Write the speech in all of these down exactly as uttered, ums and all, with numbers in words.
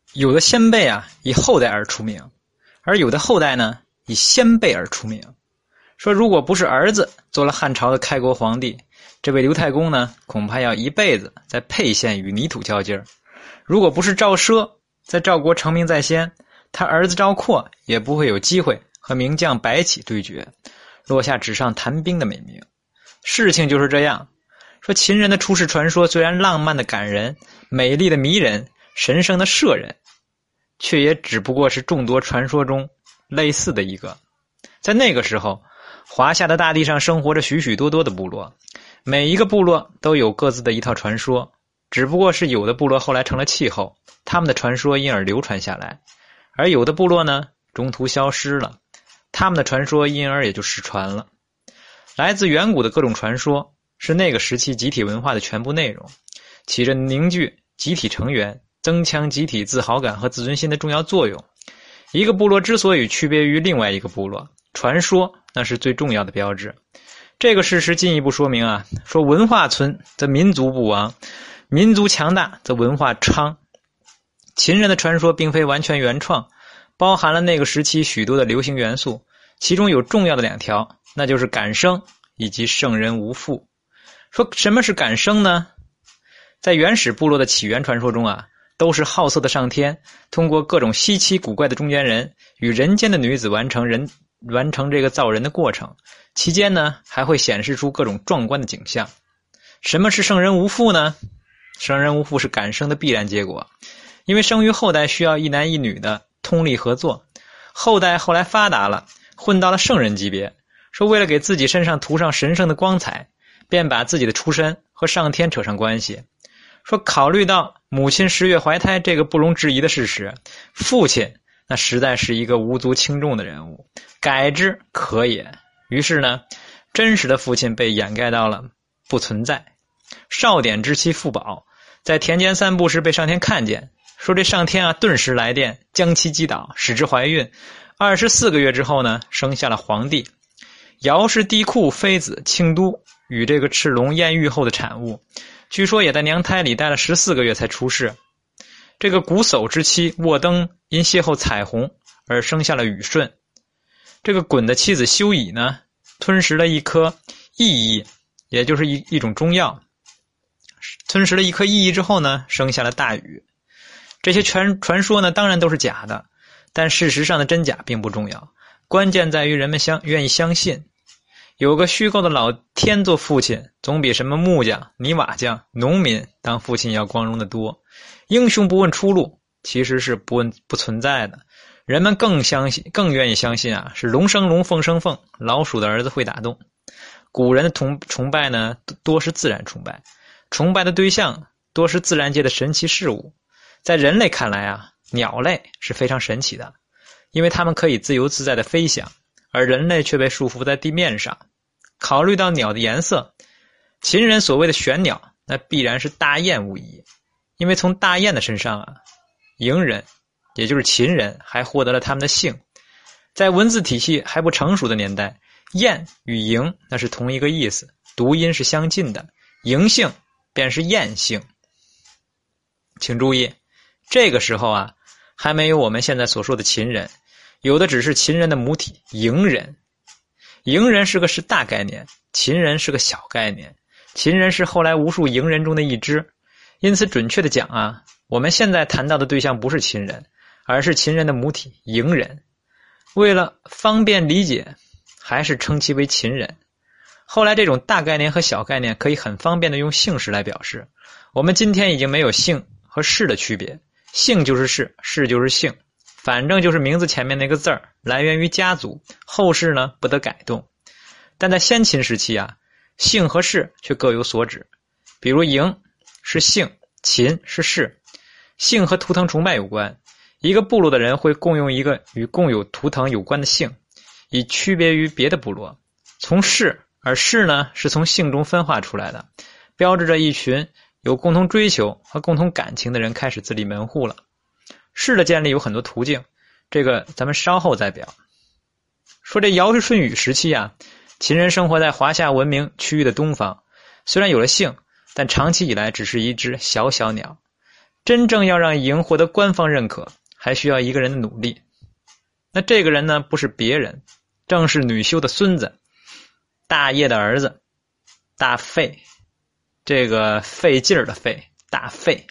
有的先辈啊以后代而出名，而有的后代呢以先辈而出名。说如果不是儿子做了汉朝的开国皇帝，这位刘太公呢恐怕要一辈子在沛县与泥土较劲儿。如果不是赵奢在赵国成名在先，他儿子赵括也不会有机会和名将白起对决，落下纸上谈兵的美名。事情就是这样，说秦人的出世传说虽然浪漫的感人，美丽的迷人，神圣的摄人，却也只不过是众多传说中类似的一个。在那个时候，华夏的大地上生活着许许多多的部落，每一个部落都有各自的一套传说，只不过是有的部落后来成了气候，他们的传说因而流传下来，而有的部落呢中途消失了，他们的传说因而也就失传了。来自远古的各种传说是那个时期集体文化的全部内容，起着凝聚集体成员、增强集体自豪感和自尊心的重要作用。一个部落之所以区别于另外一个部落，传说那是最重要的标志。这个事实进一步说明啊，说文化存则民族不亡，民族强大则文化昌。秦人的传说并非完全原创，包含了那个时期许多的流行元素，其中有重要的两条，那就是感生以及圣人无父。说什么是感生呢？在原始部落的起源传说中啊，都是好色的上天通过各种稀奇古怪的中间人与人间的女子完成人完成这个造人的过程，期间呢还会显示出各种壮观的景象。什么是圣人无父呢？圣人无父是感生的必然结果，因为生育后代需要一男一女的通力合作，后代后来发达了，混到了圣人级别，说为了给自己身上涂上神圣的光彩，便把自己的出身和上天扯上关系。说考虑到母亲十月怀胎这个不容置疑的事实，父亲那实在是一个无足轻重的人物，改之可也。于是呢，真实的父亲被掩盖到了不存在。少典之妻傅宝在田间散步时被上天看见，说这上天啊顿时来电，将其击倒，使之怀孕。二十四个月之后呢，生下了皇帝。尧是帝喾妃子庆都与这个赤龙艳遇后的产物，据说也在娘胎里待了十四个月才出世。这个瞽叟之妻沃登因邂逅彩虹而生下了禹舜。这个鲧的妻子修乙呢，吞食了一颗异益，也就是一一种中药，吞食了一颗异益之后呢，生下了大禹。这些传传说呢，当然都是假的，但事实上的真假并不重要，关键在于人们相愿意相信。有个虚构的老天做父亲，总比什么木匠、泥瓦匠、农民当父亲要光荣得多。英雄不问出路，其实是不问不存在的。人们更相信，更愿意相信啊，是龙生龙，凤生凤，老鼠的儿子会打洞。古人的崇崇拜呢，多是自然崇拜，崇拜的对象多是自然界的神奇事物。在人类看来啊，鸟类是非常神奇的，因为它们可以自由自在的飞翔，而人类却被束缚在地面上。考虑到鸟的颜色，秦人所谓的玄鸟，那必然是大雁无疑。因为从大雁的身上啊，嬴人也就是秦人还获得了他们的姓。在文字体系还不成熟的年代，雁与嬴那是同一个意思，读音是相近的，嬴姓便是雁姓。请注意，这个时候啊，还没有我们现在所说的秦人，有的只是秦人的母体嬴人。嬴人是个是大概念，秦人是个小概念，秦人是后来无数嬴人中的一支。因此准确的讲啊，我们现在谈到的对象不是秦人，而是秦人的母体嬴人。为了方便理解，还是称其为秦人。后来这种大概念和小概念可以很方便的用姓氏来表示。我们今天已经没有姓和氏的区别，姓就是氏，氏就是姓，反正就是名字前面那个字儿，来源于家族，后世呢不得改动。但在先秦时期啊，姓和氏却各有所指。比如嬴是姓，秦是氏。姓和图腾崇拜有关，一个部落的人会共用一个与共有图腾有关的姓，以区别于别的部落。从氏，而氏呢是从姓中分化出来的，标志着一群有共同追求和共同感情的人开始自立门户了。氏的建立有很多途径，这个咱们稍后再表。说这尧舜禹时期啊，秦人生活在华夏文明区域的东方，虽然有了姓，但长期以来只是一只小小鸟。 真正要让嬴获得官方认可，还需要一个人的努力。那这个人呢，不是别人，正是女修的孙子，大业的儿子大费，这个费劲儿的费，大费。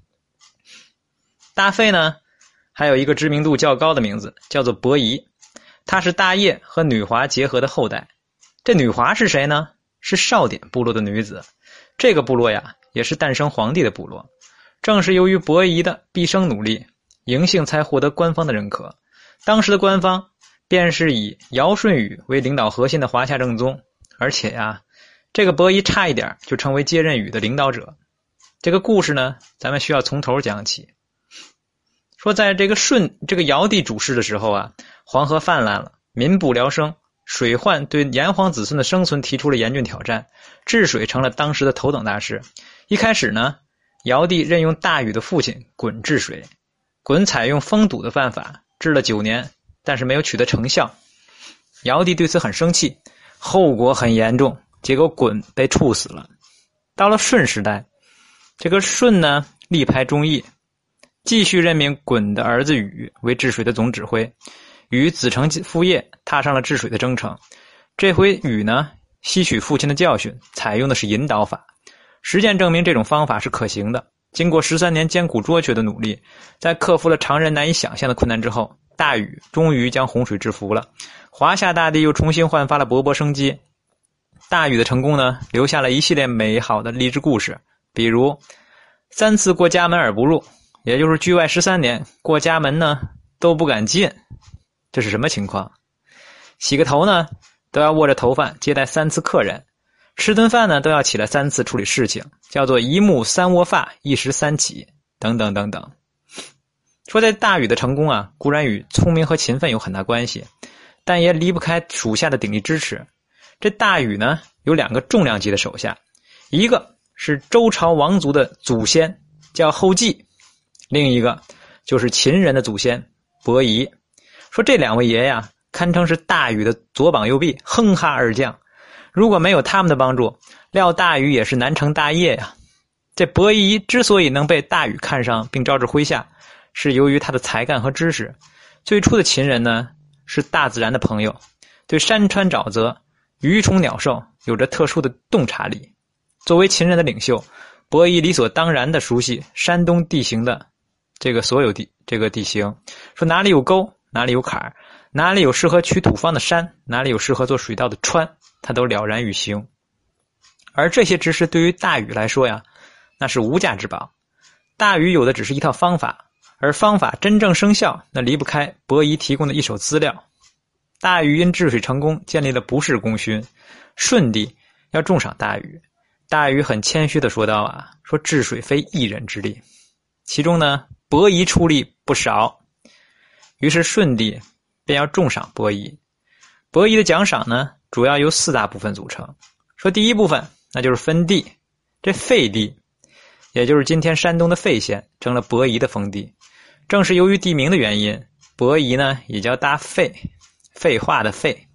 大费呢，还有一个知名度较高的名字，叫做伯夷。他是大业和女华结合的后代。这女华是谁呢？是少典部落的女子。这个部落呀，也是诞生皇帝的部落。正是由于伯夷的毕生努力，嬴姓才获得官方的认可。当时的官方便是以尧舜禹为领导核心的华夏正宗，而且呀，这个伯夷差一点就成为接任禹的领导者。这个故事呢，咱们需要从头讲起。说在这个舜这个尧帝主事的时候啊，黄河泛滥了，民不聊生，水患对炎黄子孙的生存提出了严峻挑战，治水成了当时的头等大事。一开始呢，尧帝任用大禹的父亲鲧治水，鲧采用封堵的办法治了九年，但是没有取得成效。尧帝对此很生气，后果很严重，结果鲧被处死了。到了舜时代，这个舜呢力排众议，继续任命鲧的儿子禹为治水的总指挥。禹子承父业，踏上了治水的征程。这回禹呢吸取父亲的教训，采用的是引导法。实践证明这种方法是可行的。经过十三年艰苦卓绝的努力，在克服了常人难以想象的困难之后，大禹终于将洪水制服了，华夏大地又重新焕发了勃勃生机。大禹的成功呢，留下了一系列美好的励志故事，比如三次过家门而不入，也就是居外十三年，过家门呢都不敢进。这是什么情况？洗个头呢都要握着头发接待三次客人，吃顿饭呢都要起来三次处理事情，叫做一目三握发，一时三起，等等等等。说在大禹的成功啊，固然与聪明和勤奋有很大关系，但也离不开属下的鼎力支持。这大禹呢有两个重量级的手下，一个是周朝王族的祖先叫后稷，另一个就是秦人的祖先伯夷。说这两位爷呀，堪称是大禹的左膀右臂，哼哈二将。如果没有他们的帮助，料大禹也是难成大业呀。这伯夷之所以能被大禹看上并招至麾下，是由于他的才干和知识。最初的秦人呢，是大自然的朋友，对山川沼泽、鱼虫鸟兽有着特殊的洞察力。作为秦人的领袖，伯夷理所当然地熟悉山东地形的这个所有地这个地形，说哪里有沟，哪里有坎儿，哪里有适合取土方的山，哪里有适合做水道的川，他都了然于心。而这些知识对于大禹来说呀，那是无价之宝。大禹有的只是一套方法，而方法真正生效，那离不开伯夷提供的一手资料。大禹因治水成功建立了不世功勋，舜帝要重赏大禹。大禹很谦虚地说道啊，说治水非一人之力，其中呢伯夷出力不少。于是舜帝便要重赏伯夷。伯夷的奖赏呢，主要由四大部分组成。说第一部分，那就是分地。这废地，也就是今天山东的费县，成了伯夷的封地。正是由于地名的原因，伯夷呢也叫大费，废话的废。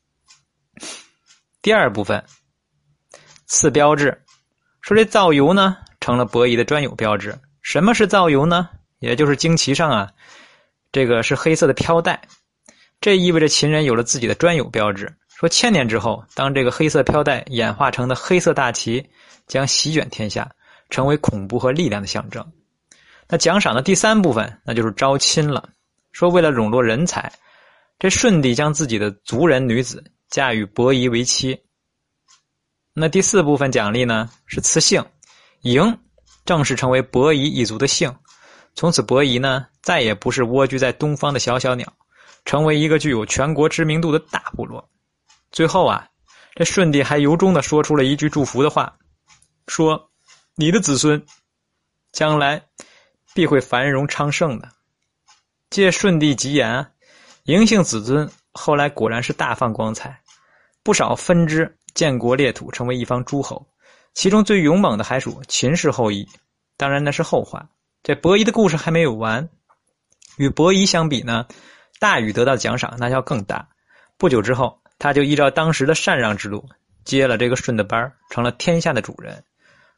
第二部分，赐标志。说这造油呢，成了伯夷的专有标志。什么是造油呢？也就是旌旗上啊，这个是黑色的飘带，这意味着秦人有了自己的专有标志。说千年之后，当这个黑色飘带演化成的黑色大旗将席卷天下，成为恐怖和力量的象征。那奖赏的第三部分，那就是招亲了。说为了笼络人才，这舜帝将自己的族人女子嫁与伯夷为妻。那第四部分奖励呢，是赐姓。嬴正式成为伯夷一族的姓。从此伯夷呢，再也不是蜗居在东方的小小鸟，成为一个具有全国知名度的大部落。最后啊，这舜帝还由衷地说出了一句祝福的话，说你的子孙将来必会繁荣昌盛的。借舜帝吉言啊，嬴姓子孙后来果然是大放光彩，不少分支建国列土，成为一方诸侯，其中最勇猛的还属秦氏后裔。当然那是后话。这伯夷的故事还没有完。与伯夷相比呢，大禹得到奖赏那要更大。不久之后，他就依照当时的禅让之路接了这个舜的班，成了天下的主人。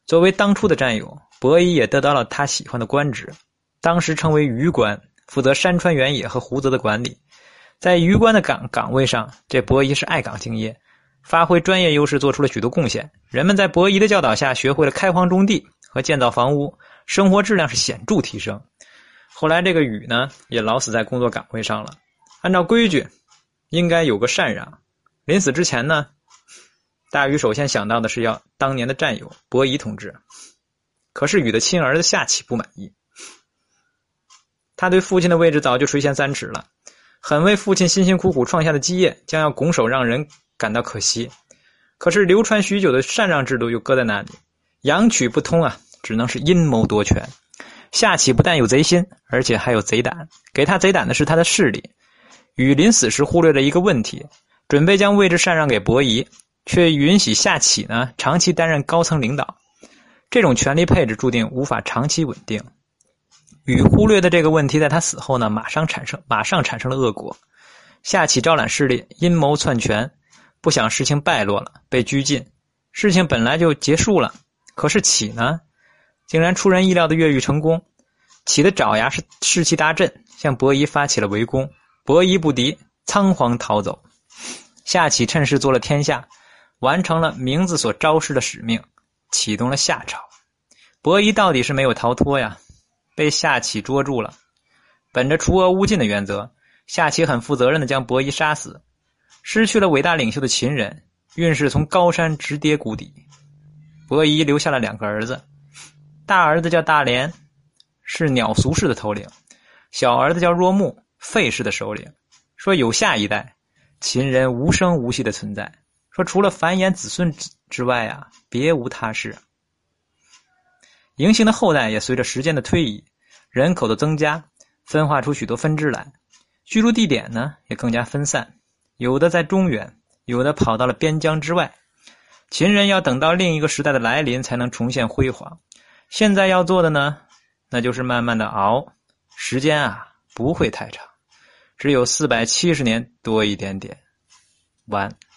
作为当初的战友，伯夷也得到了他喜欢的官职，当时称为虞官，负责山川原野和湖泽的管理。在虞官的岗岗位上，这伯夷是爱岗敬业，发挥专业优势，做出了许多贡献。人们在伯夷的教导下，学会了开荒种地和建造房屋，生活质量是显著提升。后来这个禹呢，也老死在工作岗位上了。按照规矩，应该有个禅让。临死之前呢，大禹首先想到的是要当年的战友伯夷同志。可是禹的亲儿子夏启不满意，他对父亲的位置早就垂涎三尺了，很为父亲辛辛苦苦创下的基业将要拱手让人感到可惜。可是流传许久的禅让制度又搁在那里，阳曲不通啊，只能是阴谋夺权。夏启不但有贼心，而且还有贼胆，给他贼胆的是他的势力。禹临死时忽略了一个问题，准备将位置禅让给伯夷，却允许夏启呢长期担任高层领导。这种权力配置注定无法长期稳定。禹忽略的这个问题，在他死后呢，马上产生马上产生了恶果。夏启招揽势力，阴谋篡权，不想事情败落了，被拘禁。事情本来就结束了，可是启呢，竟然出人意料的越狱成功。启的爪牙是士气大振，向伯夷发起了围攻。伯夷不敌，仓皇逃走。夏启趁势做了天下，完成了名字所昭示的使命，启动了夏朝。伯夷到底是没有逃脱呀，被夏启捉住了。本着除恶务尽的原则，夏启很负责任地将伯夷杀死。失去了伟大领袖的秦人，运势从高山直跌谷底。伯夷留下了两个儿子，大儿子叫大连，是鸟俗氏的头领；小儿子叫若木，费氏的首领。说有下一代，秦人无声无息的存在。说除了繁衍子孙之外啊，别无他事。嬴姓的后代也随着时间的推移，人口的增加，分化出许多分支来，居住地点呢也更加分散，有的在中原，有的跑到了边疆之外。秦人要等到另一个时代的来临才能重现辉煌，现在要做的呢，那就是慢慢的熬，时间啊不会太长，只有四百七十年多一点点。完。